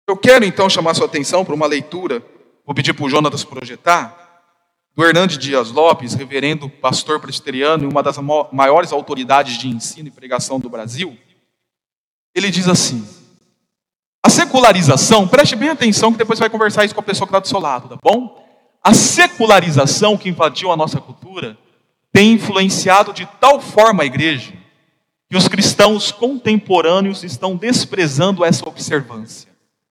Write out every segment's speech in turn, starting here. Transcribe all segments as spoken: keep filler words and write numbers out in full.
Eu quero então chamar sua atenção para uma leitura, vou pedir para o Jonatas projetar, do Hernandes Dias Lopes, reverendo pastor presbiteriano e uma das maiores autoridades de ensino e pregação do Brasil. Ele diz assim: a secularização, preste bem atenção que depois você vai conversar isso com a pessoa que está do seu lado, tá bom? A secularização que invadiu a nossa cultura tem influenciado de tal forma a igreja que os cristãos contemporâneos estão desprezando essa observância.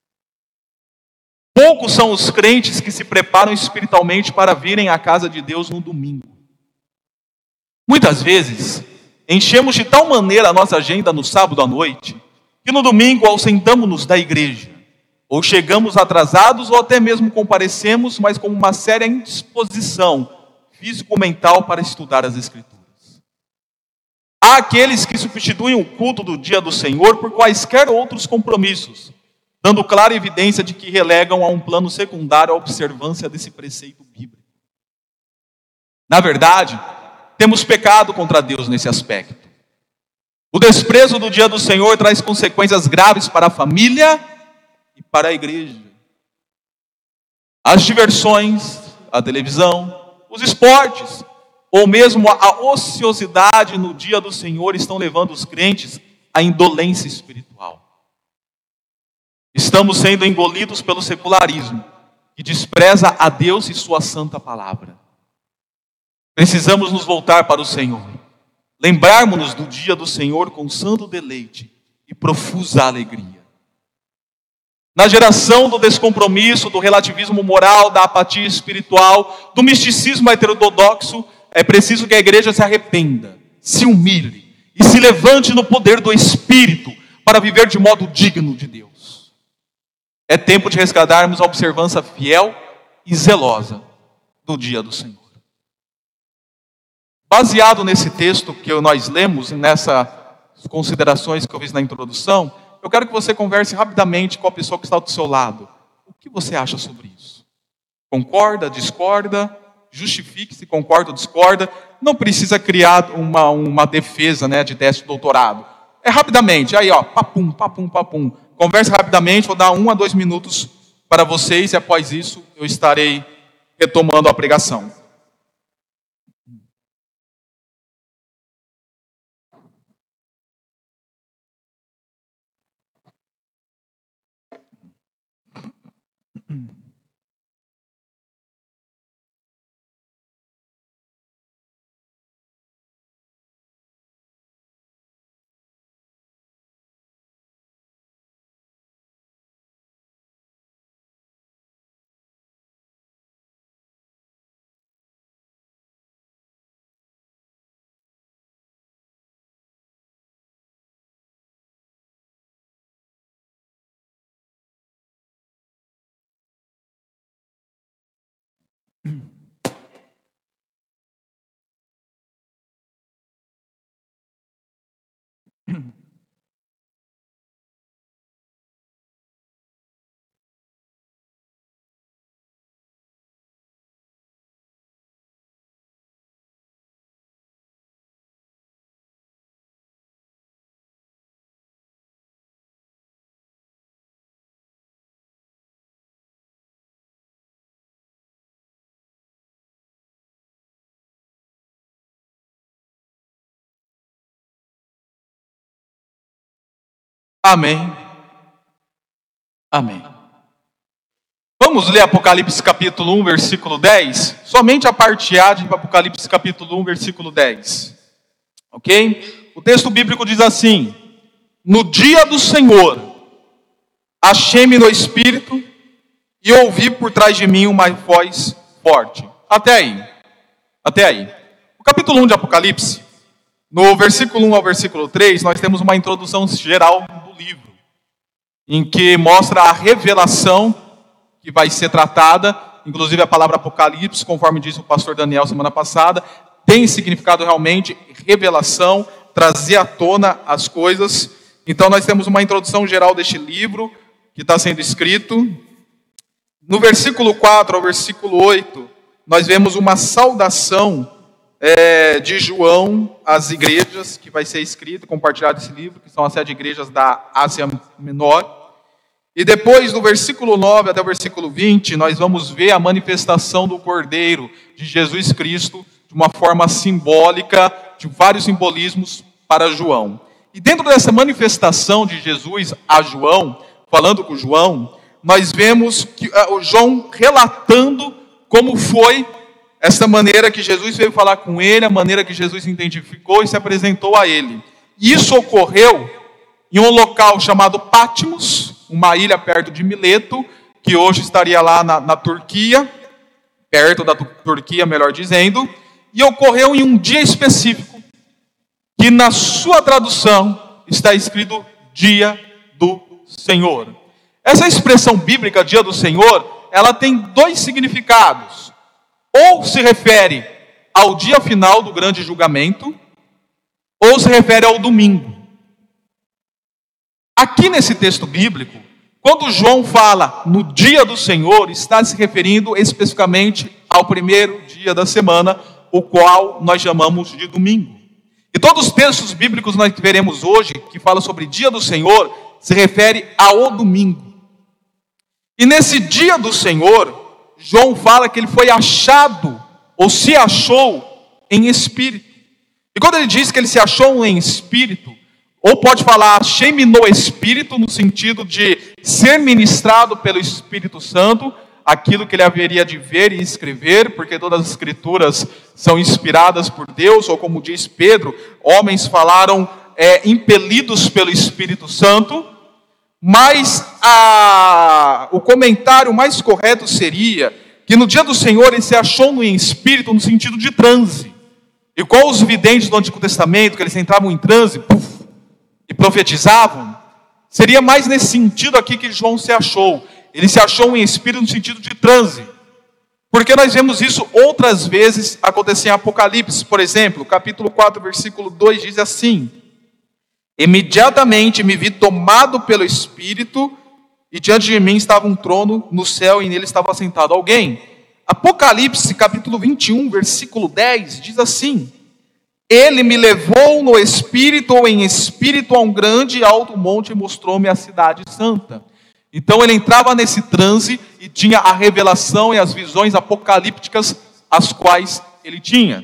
Poucos são os crentes que se preparam espiritualmente para virem à casa de Deus no domingo. Muitas vezes, enchemos de tal maneira a nossa agenda no sábado à noite, que no domingo ausentamos-nos da igreja, ou chegamos atrasados, ou até mesmo comparecemos, mas com uma séria indisposição físico-mental para estudar as Escrituras. Há aqueles que substituem o culto do dia do Senhor por quaisquer outros compromissos, dando clara evidência de que relegam a um plano secundário a observância desse preceito bíblico. Na verdade, temos pecado contra Deus nesse aspecto. O desprezo do dia do Senhor traz consequências graves para a família e para a igreja. As diversões, a televisão, os esportes, ou mesmo a ociosidade no dia do Senhor estão levando os crentes à indolência espiritual. Estamos sendo engolidos pelo secularismo, que despreza a Deus e sua santa palavra. Precisamos nos voltar para o Senhor, lembrarmos-nos do dia do Senhor com santo deleite e profusa alegria. Na geração do descompromisso, do relativismo moral, da apatia espiritual, do misticismo heterodoxo, é preciso que a igreja se arrependa, se humilhe e se levante no poder do Espírito para viver de modo digno de Deus. É tempo de resgatarmos a observância fiel e zelosa do dia do Senhor. Baseado nesse texto que nós lemos, nessas considerações que eu fiz na introdução, eu quero que você converse rapidamente com a pessoa que está do seu lado. O que você acha sobre isso? Concorda, discorda? Justifique se concorda ou discorda. Não precisa criar uma, uma defesa, né, de teste de doutorado. É rapidamente, aí ó, papum, papum, papum. Converse rapidamente, vou dar um a dois minutos para vocês e após isso eu estarei retomando a pregação. Amém. Amém. Vamos ler Apocalipse capítulo um, versículo dez? Somente a parte A de Apocalipse capítulo um, versículo dez. Ok? O texto bíblico diz assim: no dia do Senhor, achei-me no Espírito e ouvi por trás de mim uma voz forte. Até aí. Até aí. O capítulo um de Apocalipse, no versículo um ao versículo três, nós temos uma introdução geral do livro, em que mostra a revelação que vai ser tratada. Inclusive a palavra Apocalipse, conforme disse o pastor Daniel semana passada, tem significado realmente revelação, trazer à tona as coisas. Então nós temos uma introdução geral deste livro, que está sendo escrito. No versículo quatro ao versículo oito, nós vemos uma saudação É, de João às igrejas, que vai ser escrito, compartilhado esse livro, que são as sete igrejas da Ásia Menor. E depois, do versículo nove até o versículo vinte, nós vamos ver a manifestação do Cordeiro de Jesus Cristo de uma forma simbólica, de vários simbolismos para João. E dentro dessa manifestação de Jesus a João, falando com João, nós vemos que, uh, João relatando como foi essa maneira que Jesus veio falar com ele, a maneira que Jesus identificou e se apresentou a ele. E isso ocorreu em um local chamado Patmos, uma ilha perto de Mileto, que hoje estaria lá na, na Turquia, perto da Turquia, melhor dizendo, e ocorreu em um dia específico, que na sua tradução está escrito Dia do Senhor. Essa expressão bíblica, Dia do Senhor, ela tem dois significados. Ou se refere ao dia final do grande julgamento, ou se refere ao domingo. Aqui nesse texto bíblico, quando João fala no dia do Senhor, está se referindo especificamente ao primeiro dia da semana, o qual nós chamamos de domingo. E todos os textos bíblicos que nós veremos hoje, que falam sobre dia do Senhor, se refere ao domingo. E nesse dia do Senhor, João fala que ele foi achado, ou se achou em espírito. E quando ele diz que ele se achou em espírito, ou pode falar, achei-me no Espírito, no sentido de ser ministrado pelo Espírito Santo, aquilo que ele haveria de ver e escrever, porque todas as Escrituras são inspiradas por Deus, ou como diz Pedro, homens falaram é, impelidos pelo Espírito Santo, mas a, o comentário mais correto seria que no dia do Senhor ele se achou no Espírito, no sentido de transe. Igual os videntes do Antigo Testamento, que eles entravam em transe, puf, e profetizavam, seria mais nesse sentido aqui que João se achou. Ele se achou em espírito no sentido de transe. Porque nós vemos isso outras vezes acontecer em Apocalipse. Por exemplo, capítulo quatro, versículo dois diz assim: imediatamente me vi tomado pelo Espírito, e diante de mim estava um trono no céu, e nele estava sentado alguém. Apocalipse capítulo vinte e um, versículo dez, diz assim: ele me levou no Espírito ou em Espírito a um grande e alto monte e mostrou-me a cidade santa. Então ele entrava nesse transe e tinha a revelação e as visões apocalípticas as quais ele tinha.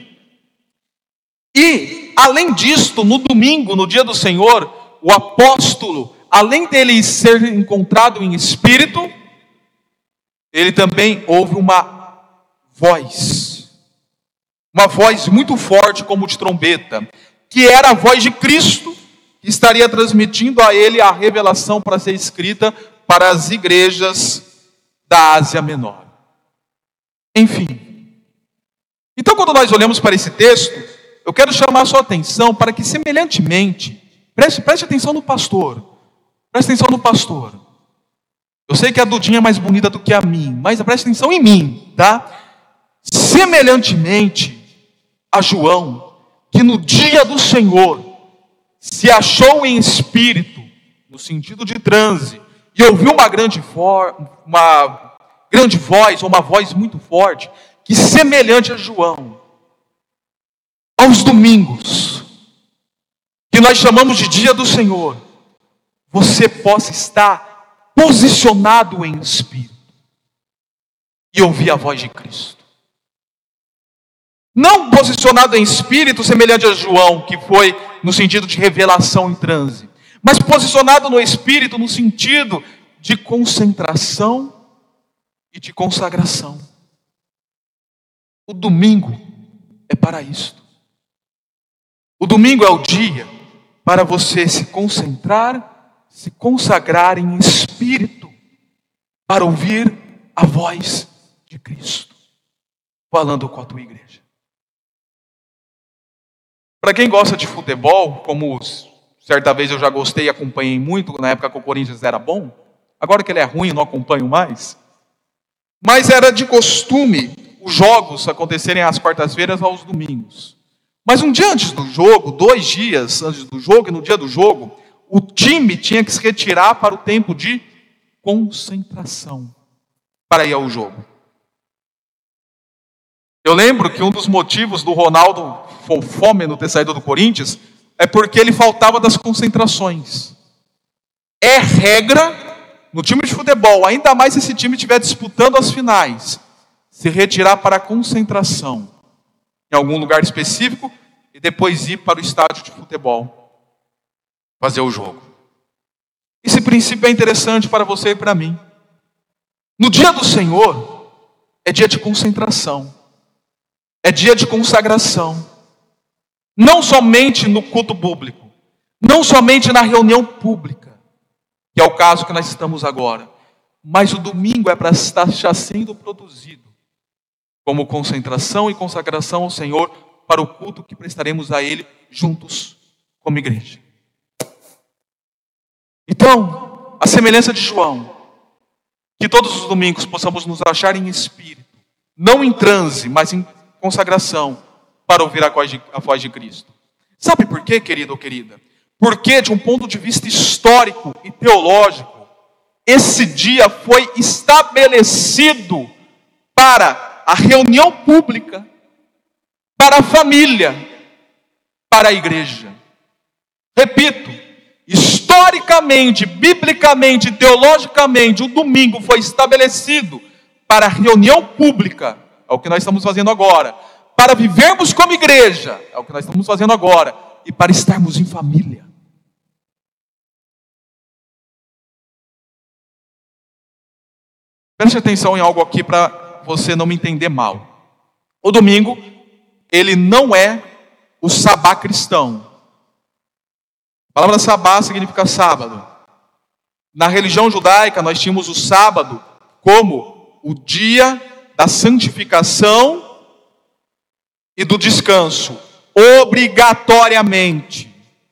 E, além disto, no domingo, no dia do Senhor, o apóstolo, além dele ser encontrado em Espírito, ele também ouve uma voz. Uma voz muito forte como de trombeta, que era a voz de Cristo, que estaria transmitindo a ele a revelação para ser escrita para as igrejas da Ásia Menor. Enfim. Então, quando nós olhamos para esse texto, eu quero chamar a sua atenção para que, semelhantemente, preste, preste atenção no pastor, preste atenção no pastor. Eu sei que a Dudinha é mais bonita do que a mim, mas preste atenção em mim, tá? Semelhantemente a João, que no dia do Senhor se achou em espírito, no sentido de transe, e ouviu uma grande, for, uma grande voz, ou uma voz muito forte, que semelhante a João, aos domingos, que nós chamamos de dia do Senhor, você possa estar posicionado em espírito, e ouvir a voz de Cristo. Não posicionado em espírito semelhante a João, que foi no sentido de revelação em transe, mas posicionado no espírito no sentido de concentração e de consagração. O domingo é para isto. O domingo é o dia para você se concentrar, se consagrar em espírito, para ouvir a voz de Cristo, falando com a tua igreja. Para quem gosta de futebol, como certa vez eu já gostei e acompanhei muito, na época que o Corinthians era bom, agora que ele é ruim eu não acompanho mais, mas era de costume os jogos acontecerem às quartas-feiras aos domingos. Mas um dia antes do jogo, dois dias antes do jogo e no dia do jogo, o time tinha que se retirar para o tempo de concentração para ir ao jogo. Eu lembro que um dos motivos do Ronaldo Fofômeno ter saído do Corinthians é porque ele faltava das concentrações. É regra no time de futebol, ainda mais se esse time estiver disputando as finais, se retirar para a concentração em algum lugar específico e depois ir para o estádio de futebol fazer o jogo. Esse princípio é interessante para você e para mim. No dia do Senhor, é dia de concentração, é dia de consagração. Não somente no culto público, não somente na reunião pública, que é o caso que nós estamos agora, mas o domingo é para estar já sendo produzido como concentração e consagração ao Senhor para o culto que prestaremos a Ele juntos como igreja. Então, a semelhança de João, que todos os domingos possamos nos achar em espírito, não em transe, mas em consagração, para ouvir a voz de, a voz de Cristo. Sabe por quê, querido ou querida? Porque, de um ponto de vista histórico e teológico, esse dia foi estabelecido para a reunião pública, para a família, para a igreja. Repito, historicamente, biblicamente, teologicamente, o domingo foi estabelecido para a reunião pública, é o que nós estamos fazendo agora, para vivermos como igreja, é o que nós estamos fazendo agora, e para estarmos em família. Preste atenção em algo aqui para você não me entender mal. O domingo, ele não é o sabá cristão. A palavra sabá significa sábado. Na religião judaica, nós tínhamos o sábado como o dia da santificação e do descanso, obrigatoriamente.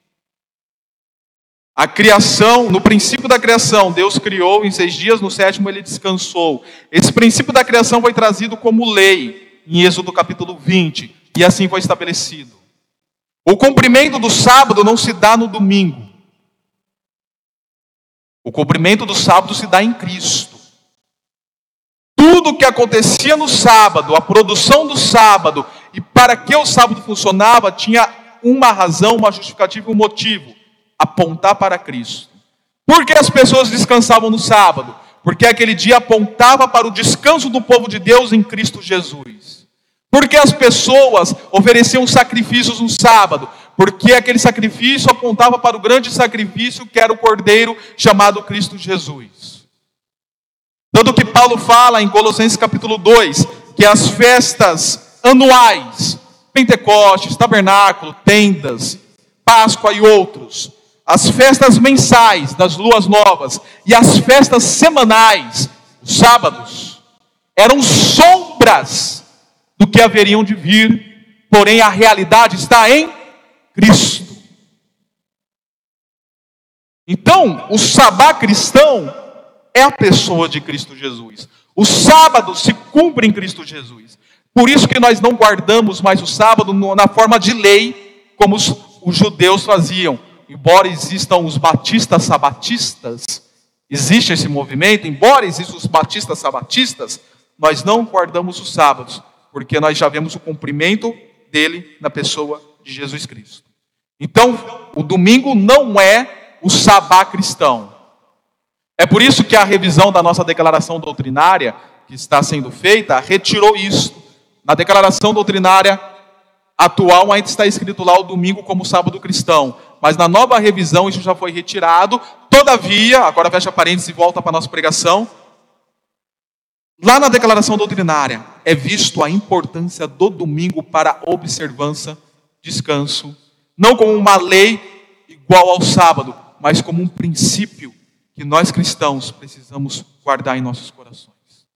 A criação, no princípio da criação, Deus criou em seis dias, no sétimo ele descansou. Esse princípio da criação foi trazido como lei, em Êxodo capítulo vinte, e assim foi estabelecido. O cumprimento do sábado não se dá no domingo. O cumprimento do sábado se dá em Cristo. Tudo o que acontecia no sábado, a produção do sábado, e para que o sábado funcionava, tinha uma razão, uma justificativa e um motivo: apontar para Cristo. Por que as pessoas descansavam no sábado? Porque aquele dia apontava para o descanso do povo de Deus em Cristo Jesus. Por que as pessoas ofereciam sacrifícios no sábado? Porque aquele sacrifício apontava para o grande sacrifício que era o Cordeiro chamado Cristo Jesus. Tanto que Paulo fala em Colossenses capítulo dois, que as festas anuais, Pentecostes, Tabernáculo, Tendas, Páscoa e outros, as festas mensais das luas novas e as festas semanais, os sábados, eram sombras do que haveriam de vir, porém a realidade está em Cristo. Então, o sabá cristão é a pessoa de Cristo Jesus. O sábado se cumpre em Cristo Jesus. Por isso que nós não guardamos mais o sábado na forma de lei, como os, os judeus faziam. Embora existam os batistas sabatistas, existe esse movimento, embora existam os batistas sabatistas, nós não guardamos os sábados, porque nós já vemos o cumprimento dele na pessoa de Jesus Cristo. Então, o domingo não é o sabá cristão. É por isso que a revisão da nossa declaração doutrinária, que está sendo feita, retirou isso. Na declaração doutrinária atual ainda está escrito lá o domingo como sábado cristão, mas na nova revisão isso já foi retirado. Todavia, agora fecha parênteses e volta para a nossa pregação, lá na declaração doutrinária é visto a importância do domingo para a observância, descanso, não como uma lei igual ao sábado, mas como um princípio que nós cristãos precisamos guardar em nossos corações.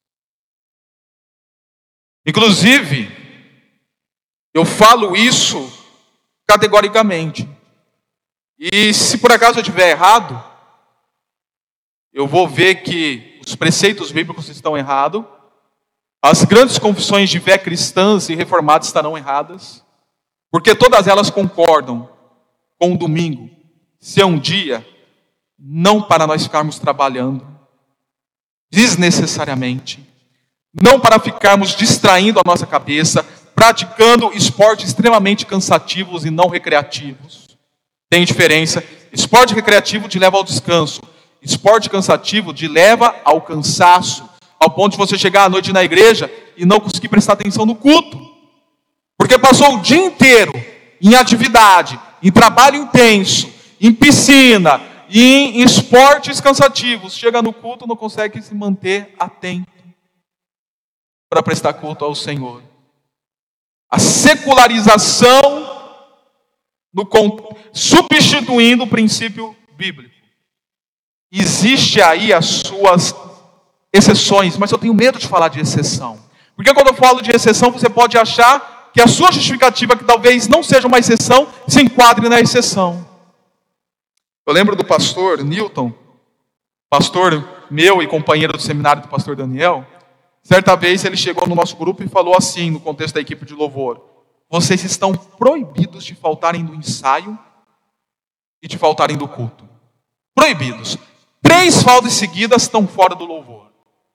Inclusive, eu falo isso categoricamente. E se por acaso eu estiver errado, eu vou ver que os preceitos bíblicos estão errados, as grandes confissões de fé cristãs e reformadas estarão erradas, porque todas elas concordam com o domingo ser um dia não para nós ficarmos trabalhando desnecessariamente, não para ficarmos distraindo a nossa cabeça, praticando esportes extremamente cansativos e não recreativos. Tem diferença. Esporte recreativo te leva ao descanso. Esporte cansativo te leva ao cansaço, ao ponto de você chegar à noite na igreja e não conseguir prestar atenção no culto. Porque passou o dia inteiro em atividade, em trabalho intenso, em piscina, e em esportes cansativos. Chega no culto, não consegue se manter atento para prestar culto ao Senhor. A secularização no, substituindo o princípio bíblico. Existe aí as suas exceções, mas eu tenho medo de falar de exceção. Porque quando eu falo de exceção, você pode achar que a sua justificativa, que talvez não seja uma exceção, se enquadre na exceção. Eu lembro do pastor Newton, pastor meu e companheiro do seminário do pastor Daniel. Certa vez ele chegou no nosso grupo e falou assim, no contexto da equipe de louvor: vocês estão proibidos de faltarem do ensaio e de faltarem do culto. Proibidos. Três faltas seguidas estão fora do louvor.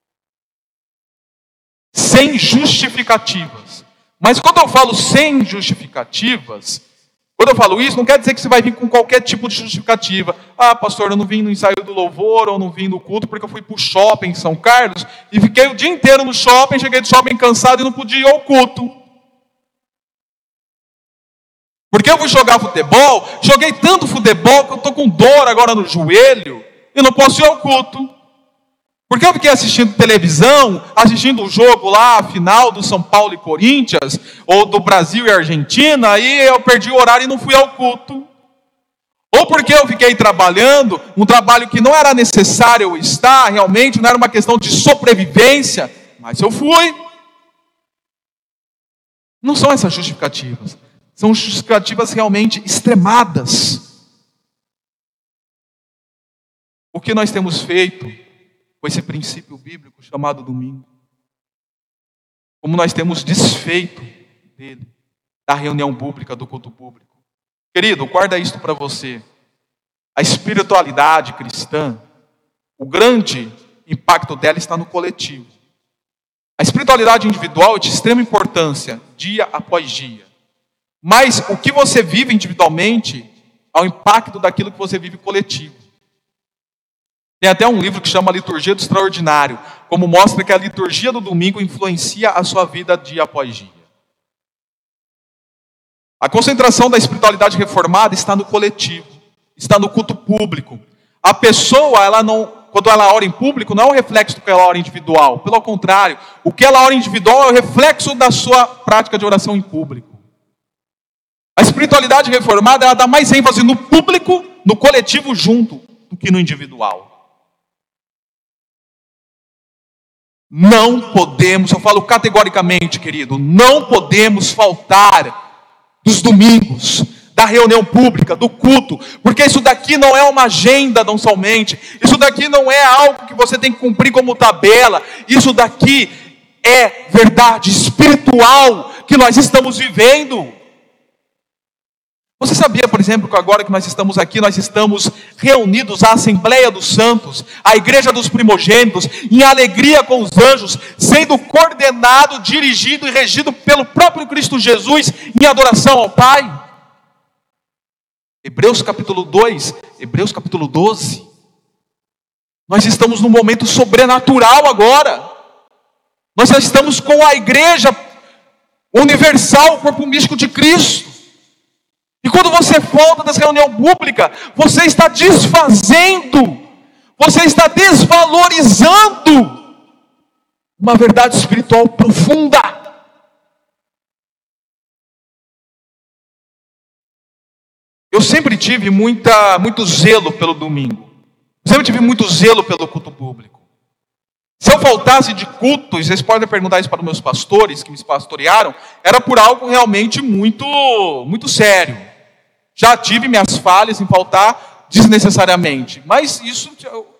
Sem justificativas. Mas quando eu falo sem justificativas, quando eu falo isso, não quer dizer que você vai vir com qualquer tipo de justificativa. Ah, pastor, eu não vim no ensaio do louvor, ou não vim no culto, porque eu fui para o shopping em São Carlos, e fiquei o dia inteiro no shopping, cheguei do shopping cansado e não podia ir ao culto. Porque eu fui jogar futebol, joguei tanto futebol que eu estou com dor agora no joelho, e não posso ir ao culto. Porque eu fiquei assistindo televisão, assistindo o jogo lá, a final do São Paulo e Corinthians, ou do Brasil e Argentina, e eu perdi o horário e não fui ao culto. Ou porque eu fiquei trabalhando, um trabalho que não era necessário eu estar, realmente não era uma questão de sobrevivência, mas eu fui. Não são essas justificativas, são justificativas realmente extremadas. O que nós temos feito com esse princípio bíblico chamado domingo? Como nós temos desfeito dele, da reunião pública, do culto público. Querido, guarda isto para você. A espiritualidade cristã, o grande impacto dela está no coletivo. A espiritualidade individual é de extrema importância, dia após dia. Mas o que você vive individualmente é o impacto daquilo que você vive coletivo. Tem até um livro que chama Liturgia do Extraordinário, como mostra que a liturgia do domingo influencia a sua vida dia após dia. A concentração da espiritualidade reformada está no coletivo, está no culto público. A pessoa, ela não, quando ela ora em público, não é um reflexo do que ela ora individual. Pelo contrário, o que ela ora individual é o reflexo da sua prática de oração em público. A espiritualidade reformada, ela dá mais ênfase no público, no coletivo junto, do que no individual. Não podemos, eu falo categoricamente, querido, não podemos faltar dos domingos, da reunião pública, do culto, porque isso daqui não é uma agenda não somente, isso daqui não é algo que você tem que cumprir como tabela, isso daqui é verdade espiritual que nós estamos vivendo. Você sabia, por exemplo, que agora que nós estamos aqui, nós estamos reunidos à Assembleia dos Santos, à Igreja dos Primogênitos, em alegria com os anjos, sendo coordenado, dirigido e regido pelo próprio Cristo Jesus, em adoração ao Pai? Hebreus capítulo dois, Hebreus capítulo doze. Nós estamos num momento sobrenatural agora. Nós já estamos com a Igreja Universal, o corpo místico de Cristo. E quando você volta dessa reunião pública, você está desfazendo, você está desvalorizando uma verdade espiritual profunda. Eu sempre tive muita, muito zelo pelo domingo. Eu sempre tive muito zelo pelo culto público. Se eu faltasse de cultos, vocês podem perguntar isso para os meus pastores, que me pastorearam, era por algo realmente muito, muito sério. Já tive minhas falhas em faltar desnecessariamente. Mas isso...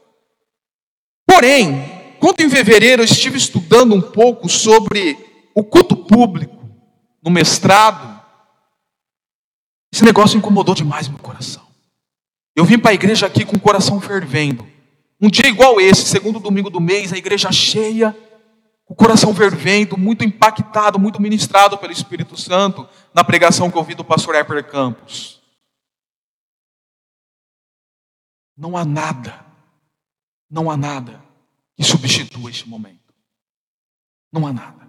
Porém, quando em fevereiro eu estive estudando um pouco sobre o culto público no mestrado, esse negócio incomodou demais meu coração. Eu vim para a igreja aqui com o coração fervendo. Um dia igual esse, segundo domingo do mês, a igreja cheia, o coração fervendo, muito impactado, muito ministrado pelo Espírito Santo, na pregação que eu ouvi do pastor Heber Campos. Não há nada não há nada que substitua este momento. Não há nada.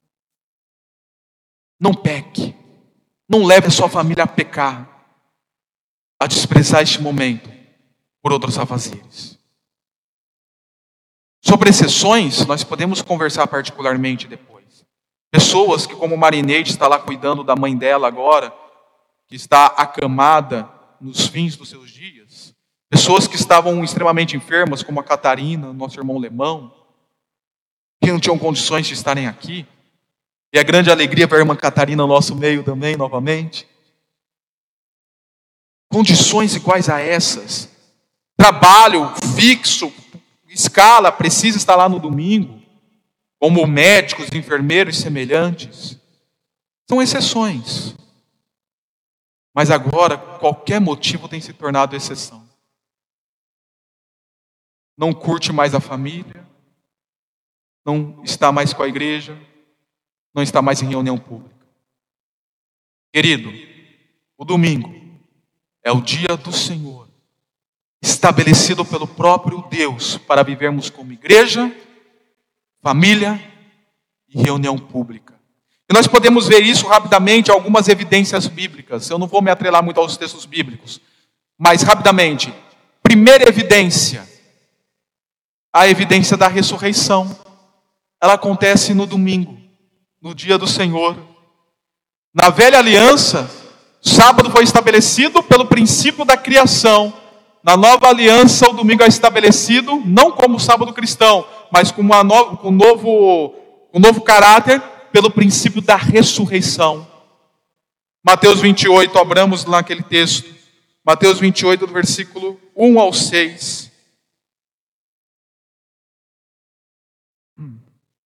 Não peque. Não leve a sua família a pecar, a desprezar este momento por outros afazeres. Sobre exceções, nós podemos conversar particularmente depois. Pessoas que, como Marineide está lá cuidando da mãe dela agora, que está acamada nos fins dos seus dias. Pessoas que estavam extremamente enfermas, como a Catarina, nosso irmão Lemão, que não tinham condições de estarem aqui. E a grande alegria ver a irmã Catarina no nosso meio também, novamente. Condições iguais a essas. Trabalho fixo, escala, precisa estar lá no domingo. Como médicos, enfermeiros semelhantes. São exceções. Mas agora, qualquer motivo tem se tornado exceção. Não curte mais a família. Não está mais com a igreja. Não está mais em reunião pública. Querido, o domingo é o dia do Senhor, estabelecido pelo próprio Deus para vivermos como igreja, família e reunião pública. E nós podemos ver isso rapidamente, algumas evidências bíblicas. Eu não vou me atrelar muito aos textos bíblicos, mas rapidamente. Primeira evidência, a evidência da ressurreição. Ela acontece no domingo, no dia do Senhor. Na velha aliança, o sábado foi estabelecido pelo princípio da criação. Na nova aliança, o domingo é estabelecido não como o sábado cristão, mas com uma no, um, novo, um novo caráter pelo princípio da ressurreição. Mateus vinte e oito, abramos naquele texto. Mateus vinte e oito, do versículo um ao seis. Hum.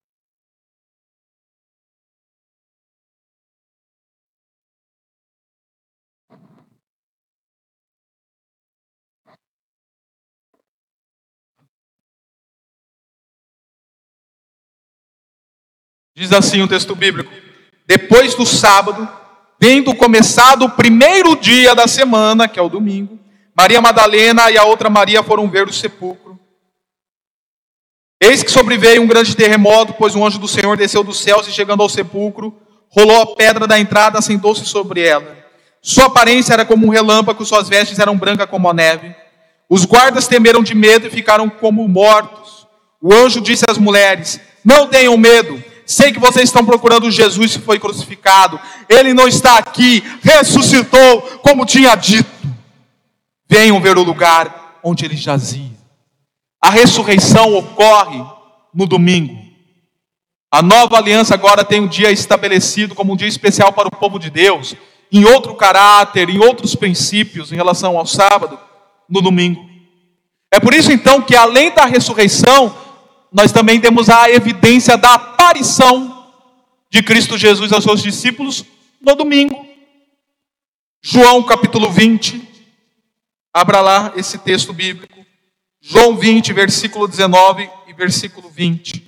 Diz assim o texto bíblico: depois do sábado, tendo começado o primeiro dia da semana, que é o domingo, Maria Madalena e a outra Maria foram ver o sepulcro. Eis que sobreveio um grande terremoto, pois um anjo do Senhor desceu dos céus e, chegando ao sepulcro, rolou a pedra da entrada, assentou-se sobre ela. Sua aparência era como um relâmpago, suas vestes eram brancas como a neve. Os guardas temeram de medo e ficaram como mortos. O anjo disse às mulheres: não tenham medo. Sei que vocês estão procurando Jesus que foi crucificado. Ele não está aqui, ressuscitou, como tinha dito. Venham ver o lugar onde ele jazia. A ressurreição ocorre no domingo. A nova aliança agora tem um dia estabelecido como um dia especial para o povo de Deus, em outro caráter, em outros princípios em relação ao sábado, no domingo. É por isso então que, além da ressurreição, nós também temos a evidência da aparição de Cristo Jesus aos seus discípulos no domingo. João capítulo vinte, abra lá esse texto bíblico. João vinte, versículo dezenove e versículo vinte.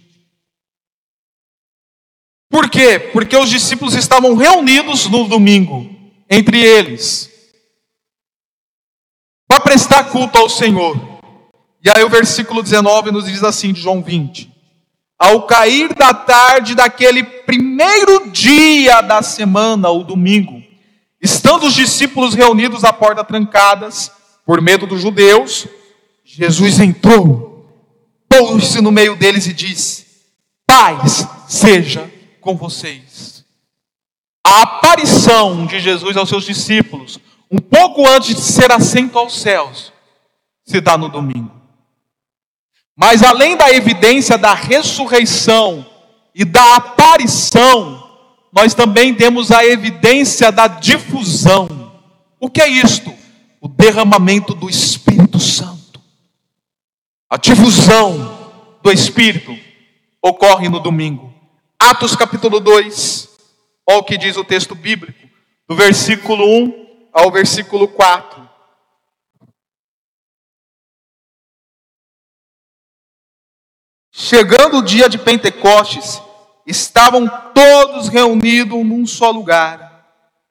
Por quê? Porque os discípulos estavam reunidos no domingo, entre eles, para prestar culto ao Senhor. E aí o versículo dezenove nos diz assim, de João vinte: ao cair da tarde daquele primeiro dia da semana, o domingo, estando os discípulos reunidos à porta trancadas, por medo dos judeus, Jesus entrou, pôs-se no meio deles e disse: paz seja com vocês. A aparição de Jesus aos seus discípulos, um pouco antes de ser assento aos céus, se dá no domingo. Mas além da evidência da ressurreição e da aparição, nós também temos a evidência da difusão. O que é isto? O derramamento do Espírito Santo. A difusão do Espírito ocorre no domingo. Atos capítulo dois, olha o que diz o texto bíblico, do versículo um ao versículo quatro. Chegando o dia de Pentecostes, estavam todos reunidos num só lugar.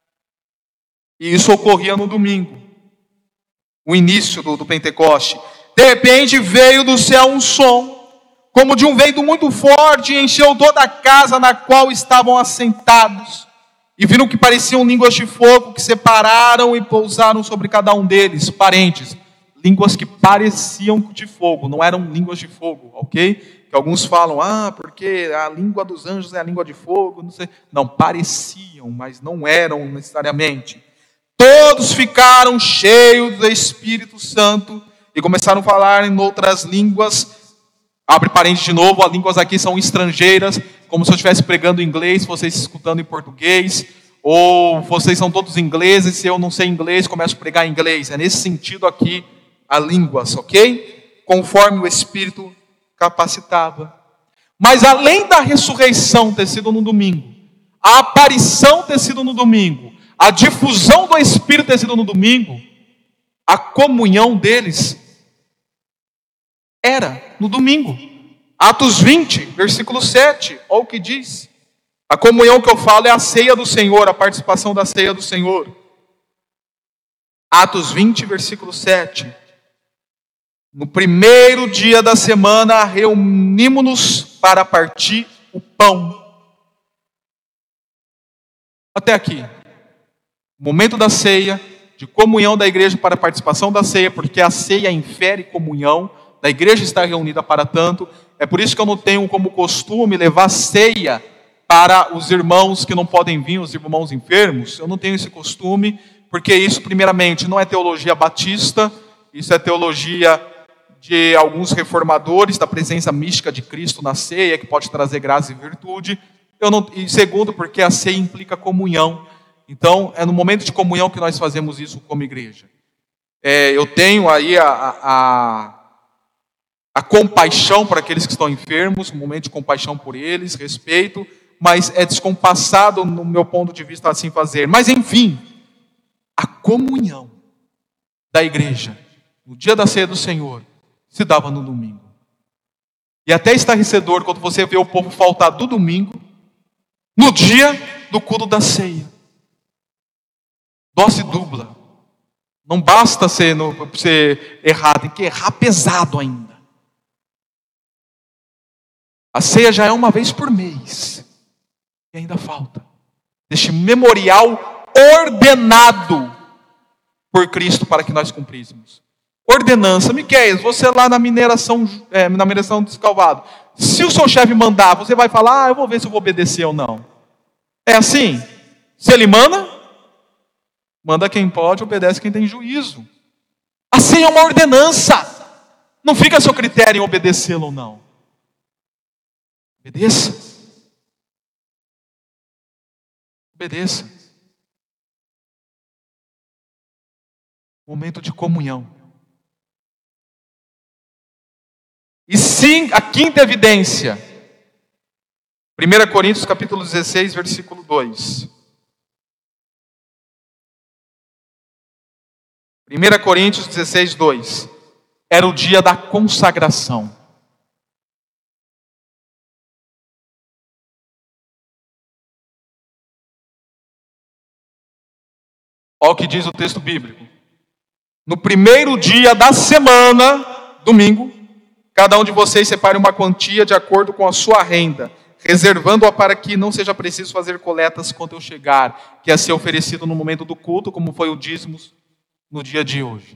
E isso ocorria no domingo, o início do, do Pentecoste. De repente veio do céu um som, como de um vento muito forte, e encheu toda a casa na qual estavam assentados. E viram que pareciam línguas de fogo, que separaram e pousaram sobre cada um deles. Parentes, línguas que pareciam de fogo, não eram línguas de fogo, ok? Que alguns falam, ah, porque a língua dos anjos é a língua de fogo, não sei. Não, pareciam, mas não eram necessariamente. Todos ficaram cheios do Espírito Santo e começaram a falar em outras línguas. Abre parênteses de novo, as línguas aqui são estrangeiras, como se eu estivesse pregando em inglês, vocês escutando em português, ou vocês são todos ingleses, se eu não sei inglês, começo a pregar em inglês. É nesse sentido aqui, a línguas, ok? Conforme o Espírito capacitava. Mas além da ressurreição ter sido no domingo, a aparição ter sido no domingo, a difusão do Espírito ter sido no domingo, a comunhão deles era no domingo. Atos vinte, versículo sete, olha o que diz. A comunhão que eu falo é a ceia do Senhor, a participação da ceia do Senhor. Atos vinte, versículo sete. No primeiro dia da semana, reunimos-nos para partir o pão. Até aqui. Momento da ceia, de comunhão da igreja para a participação da ceia, porque a ceia infere comunhão, da igreja estar reunida para tanto. É por isso que eu não tenho como costume levar ceia para os irmãos que não podem vir, os irmãos enfermos. Eu não tenho esse costume, porque isso, primeiramente, não é teologia batista, isso é teologia de alguns reformadores, da presença mística de Cristo na ceia, que pode trazer graça e virtude. Eu não, e segundo, porque a ceia implica comunhão. Então, é no momento de comunhão que nós fazemos isso como igreja. É, eu tenho aí a, a, a compaixão para aqueles que estão enfermos, um momento de compaixão por eles, respeito, mas é descompassado no meu ponto de vista assim fazer. Mas, enfim, a comunhão da igreja, no dia da ceia do Senhor, se dava no domingo. E até estarrecedor quando você vê o povo faltar do domingo, no dia do culto da ceia. Dose dupla. Não basta ser, no, ser errado, tem que errar pesado ainda. A ceia já é uma vez por mês. E ainda falta. Este memorial ordenado por Cristo para que nós cumpríssemos. Ordenança. Miqueias, você lá na mineração, é, na mineração do Escalvado. Se o seu chefe mandar, você vai falar, ah, eu vou ver se eu vou obedecer ou não. É assim? Se ele manda, manda quem pode, obedece quem tem juízo. Assim é uma ordenança. Não fica a seu critério em obedecê-lo ou não. Obedeça. Obedeça. Momento de comunhão. E sim, a quinta evidência. primeira Coríntios capítulo dezesseis, versículo dois. primeira Coríntios dezesseis, dois. Era o dia da consagração. Olha o que diz o texto bíblico. No primeiro dia da semana, domingo, cada um de vocês separe uma quantia de acordo com a sua renda, reservando-a para que não seja preciso fazer coletas quando eu chegar, que é ser oferecido no momento do culto, como foi o dízimo no dia de hoje.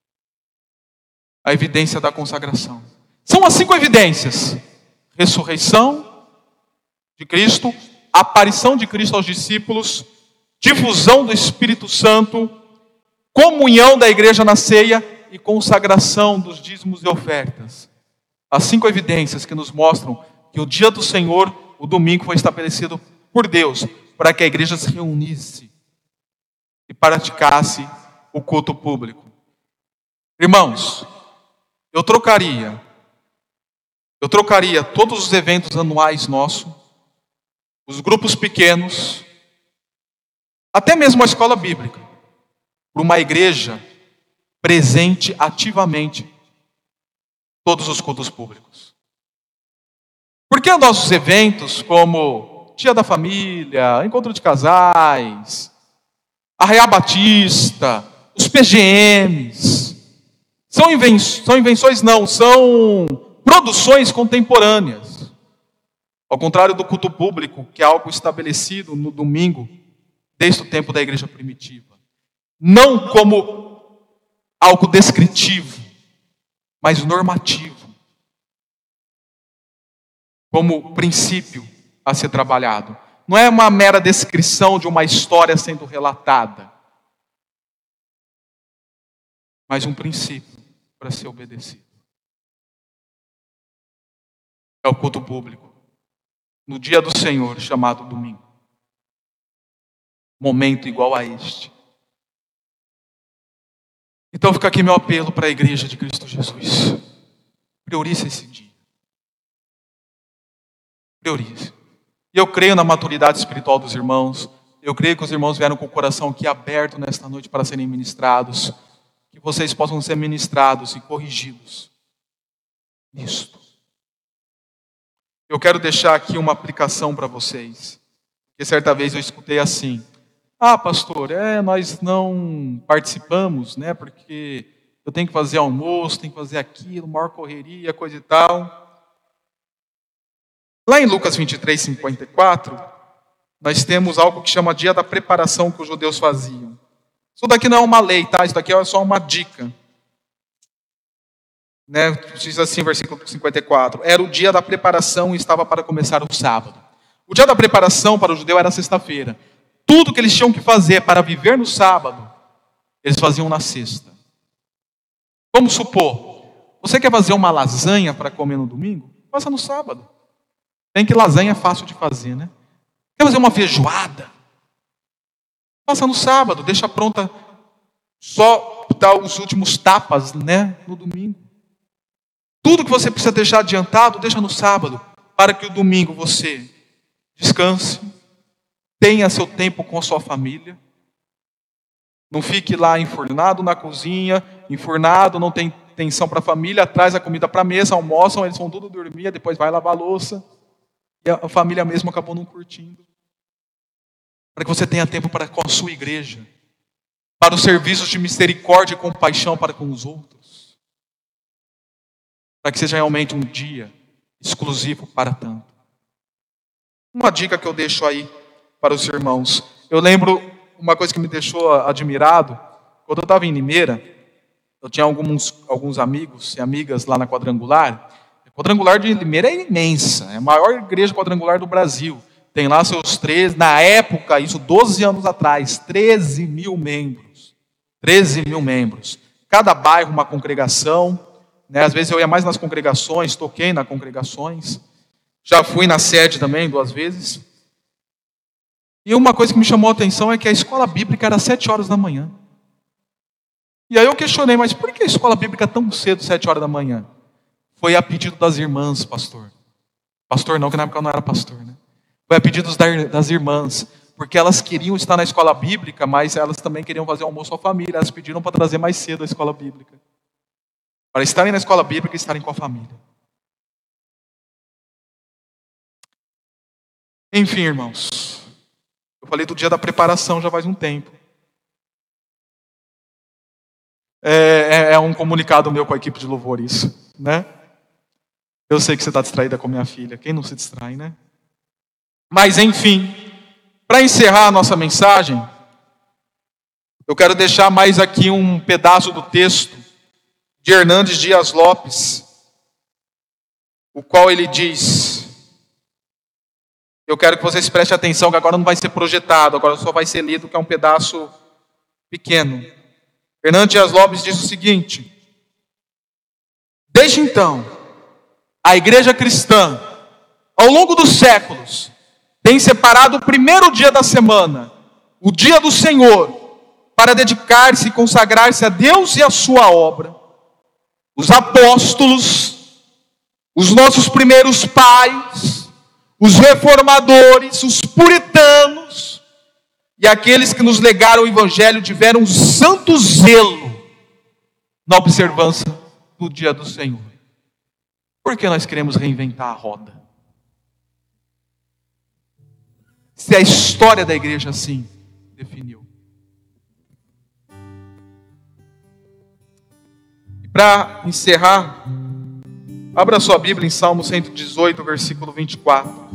A evidência da consagração. São as cinco evidências: ressurreição de Cristo, aparição de Cristo aos discípulos, difusão do Espírito Santo, comunhão da igreja na ceia e consagração dos dízimos e ofertas. As cinco evidências que nos mostram que o dia do Senhor, o domingo, foi estabelecido por Deus para que a igreja se reunisse e praticasse o culto público. Irmãos, eu trocaria, eu trocaria todos os eventos anuais nossos, os grupos pequenos, até mesmo a escola bíblica, por uma igreja presente ativamente em todos os cultos públicos. Por que nossos eventos, como Dia da Família, Encontro de Casais, Arraiá Batista, os P G Ms, São, inven... são invenções não, são produções contemporâneas. Ao contrário do culto público, que é algo estabelecido no domingo, desde o tempo da igreja primitiva. Não como algo descritivo, mas normativo. Como princípio a ser trabalhado. Não é uma mera descrição de uma história sendo relatada, mas um princípio para ser obedecido. É o culto público, no dia do Senhor, chamado domingo. Momento igual a este. Então fica aqui meu apelo para a igreja de Cristo Jesus. Priorize esse dia. Priorize. E eu creio na maturidade espiritual dos irmãos. Eu creio que os irmãos vieram com o coração aqui aberto nesta noite para serem ministrados. Que vocês possam ser ministrados e corrigidos nisto. Eu quero deixar aqui uma aplicação para vocês. Porque certa vez eu escutei assim: ah, pastor, é, nós não participamos, né? Porque eu tenho que fazer almoço, tenho que fazer aquilo, maior correria, coisa e tal. Lá em Lucas vinte e três, cinquenta e quatro, nós temos algo que chama dia da preparação que os judeus faziam. Isso daqui não é uma lei, tá? Isso daqui é só uma dica. Né? Diz assim, versículo cinquenta e quatro. Era o dia da preparação e estava para começar o sábado. O dia da preparação para o judeu era sexta-feira. Tudo que eles tinham que fazer para viver no sábado, eles faziam na sexta. Vamos supor, você quer fazer uma lasanha para comer no domingo? Faça no sábado. Tem que lasanha é fácil de fazer, né? Quer fazer uma feijoada? Faça no sábado, deixa pronta só dar os últimos tapas, né, no domingo. Tudo que você precisa deixar adiantado, deixa no sábado, para que o domingo você descanse, tenha seu tempo com a sua família. Não fique lá enfurnado na cozinha, enfurnado, não tem atenção para a família, traz a comida para a mesa, almoçam, eles vão tudo dormir, depois vai lavar a louça. E a família mesmo acabou não curtindo. Para que você tenha tempo para com a sua igreja, para os serviços de misericórdia e compaixão para com os outros. Para que seja realmente um dia exclusivo para tanto. Uma dica que eu deixo aí para os irmãos. Eu lembro uma coisa que me deixou admirado. Quando eu estava em Limeira, eu tinha alguns, alguns amigos e amigas lá na Quadrangular. A Quadrangular de Limeira é imensa. É a maior igreja quadrangular do Brasil. Tem lá seus treze, na época, isso doze anos atrás, treze mil membros. treze mil membros. Cada bairro uma congregação. Né? Às vezes eu ia mais nas congregações, toquei nas congregações. Já fui na sede também duas vezes. E uma coisa que me chamou a atenção é que a escola bíblica era sete horas da manhã. E aí eu questionei, mas por que a escola bíblica tão cedo, sete horas da manhã? Foi a pedido das irmãs, pastor. Pastor não, que na época eu não era pastor, né? Foi a pedido das irmãs, porque elas queriam estar na escola bíblica, mas elas também queriam fazer almoço à família. Elas pediram para trazer mais cedo a escola bíblica. Para estarem na escola bíblica e estarem com a família. Enfim, irmãos. Eu falei do dia da preparação já faz um tempo. É, é, é um comunicado meu com a equipe de louvor isso, né? Eu sei que você está distraída com minha filha. Quem não se distrai, né? Mas, enfim, para encerrar a nossa mensagem, eu quero deixar mais aqui um pedaço do texto de Hernandes Dias Lopes, o qual ele diz... Eu quero que vocês prestem atenção, que agora não vai ser projetado, agora só vai ser lido, que é um pedaço pequeno. Hernandes Dias Lopes diz o seguinte: desde então, a igreja cristã, ao longo dos séculos, tem separado o primeiro dia da semana, o dia do Senhor, para dedicar-se e consagrar-se a Deus e a sua obra. Os apóstolos, os nossos primeiros pais, os reformadores, os puritanos e aqueles que nos legaram o evangelho tiveram um santo zelo na observância do dia do Senhor. Por que nós queremos reinventar a roda? Se a história da igreja assim definiu. para encerrar, abra sua Bíblia em Salmo cento e dezoito, versículo vinte e quatro.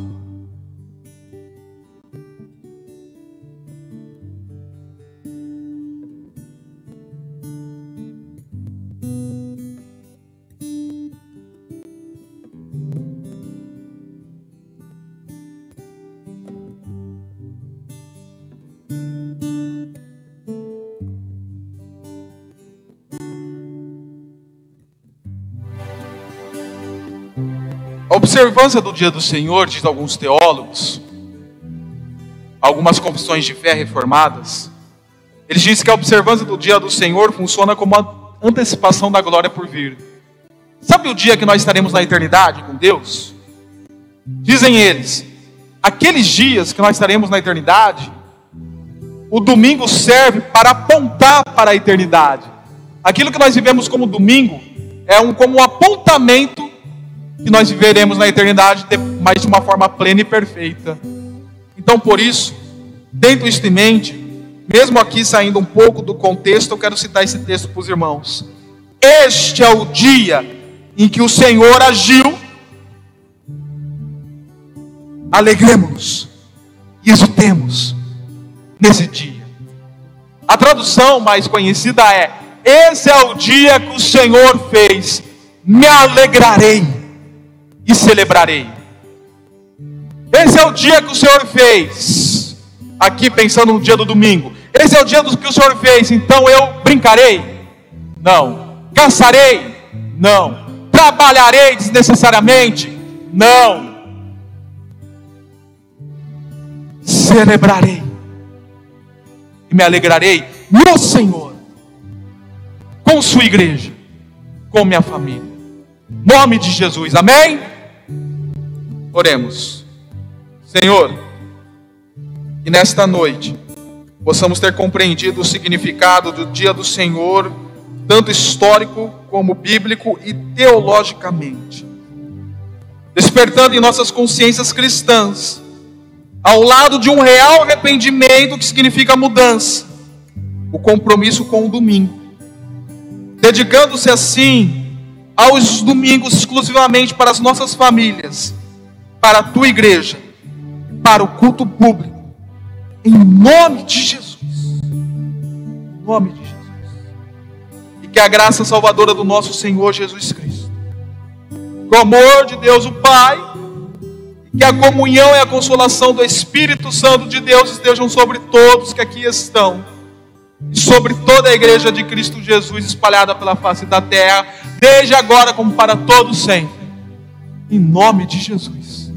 A observância do dia do Senhor, diz alguns teólogos, algumas confissões de fé reformadas, eles dizem que a observância do dia do Senhor funciona como uma antecipação da glória por vir. Sabe o dia que nós estaremos na eternidade com Deus? Dizem eles, aqueles dias que nós estaremos na eternidade, o domingo serve para apontar para a eternidade. Aquilo que nós vivemos como domingo é um, como um apontamento que nós viveremos na eternidade, mas de uma forma plena e perfeita. Então, por isso, tendo isto em mente, mesmo aqui saindo um pouco do contexto, eu quero citar esse texto para os irmãos. Este é o dia em que o Senhor agiu. Alegremos-nos e exultemos nesse dia. A tradução mais conhecida é: esse é o dia que o Senhor fez, me alegrarei e celebrarei. Esse é o dia que o Senhor fez. Aqui pensando no dia do domingo. Esse é o dia que o Senhor fez, então eu brincarei? Não. Caçarei? Não. Trabalharei desnecessariamente? Não. Celebrarei e me alegrarei no Senhor, com sua igreja, com minha família. Nome de Jesus, amém? Oremos. Senhor, que nesta noite possamos ter compreendido o significado do dia do Senhor, tanto histórico como bíblico e teologicamente, despertando em nossas consciências cristãs, ao lado de um real arrependimento que significa mudança, o compromisso com o domingo, dedicando-se assim aos domingos exclusivamente para as nossas famílias, para a tua igreja, para o culto público, em nome de Jesus, em nome de Jesus, e que a graça salvadora do nosso Senhor Jesus Cristo, o amor de Deus o Pai, e que a comunhão e a consolação do Espírito Santo de Deus estejam sobre todos que aqui estão, e sobre toda a igreja de Cristo Jesus espalhada pela face da terra, desde agora como para todos sempre, em nome de Jesus.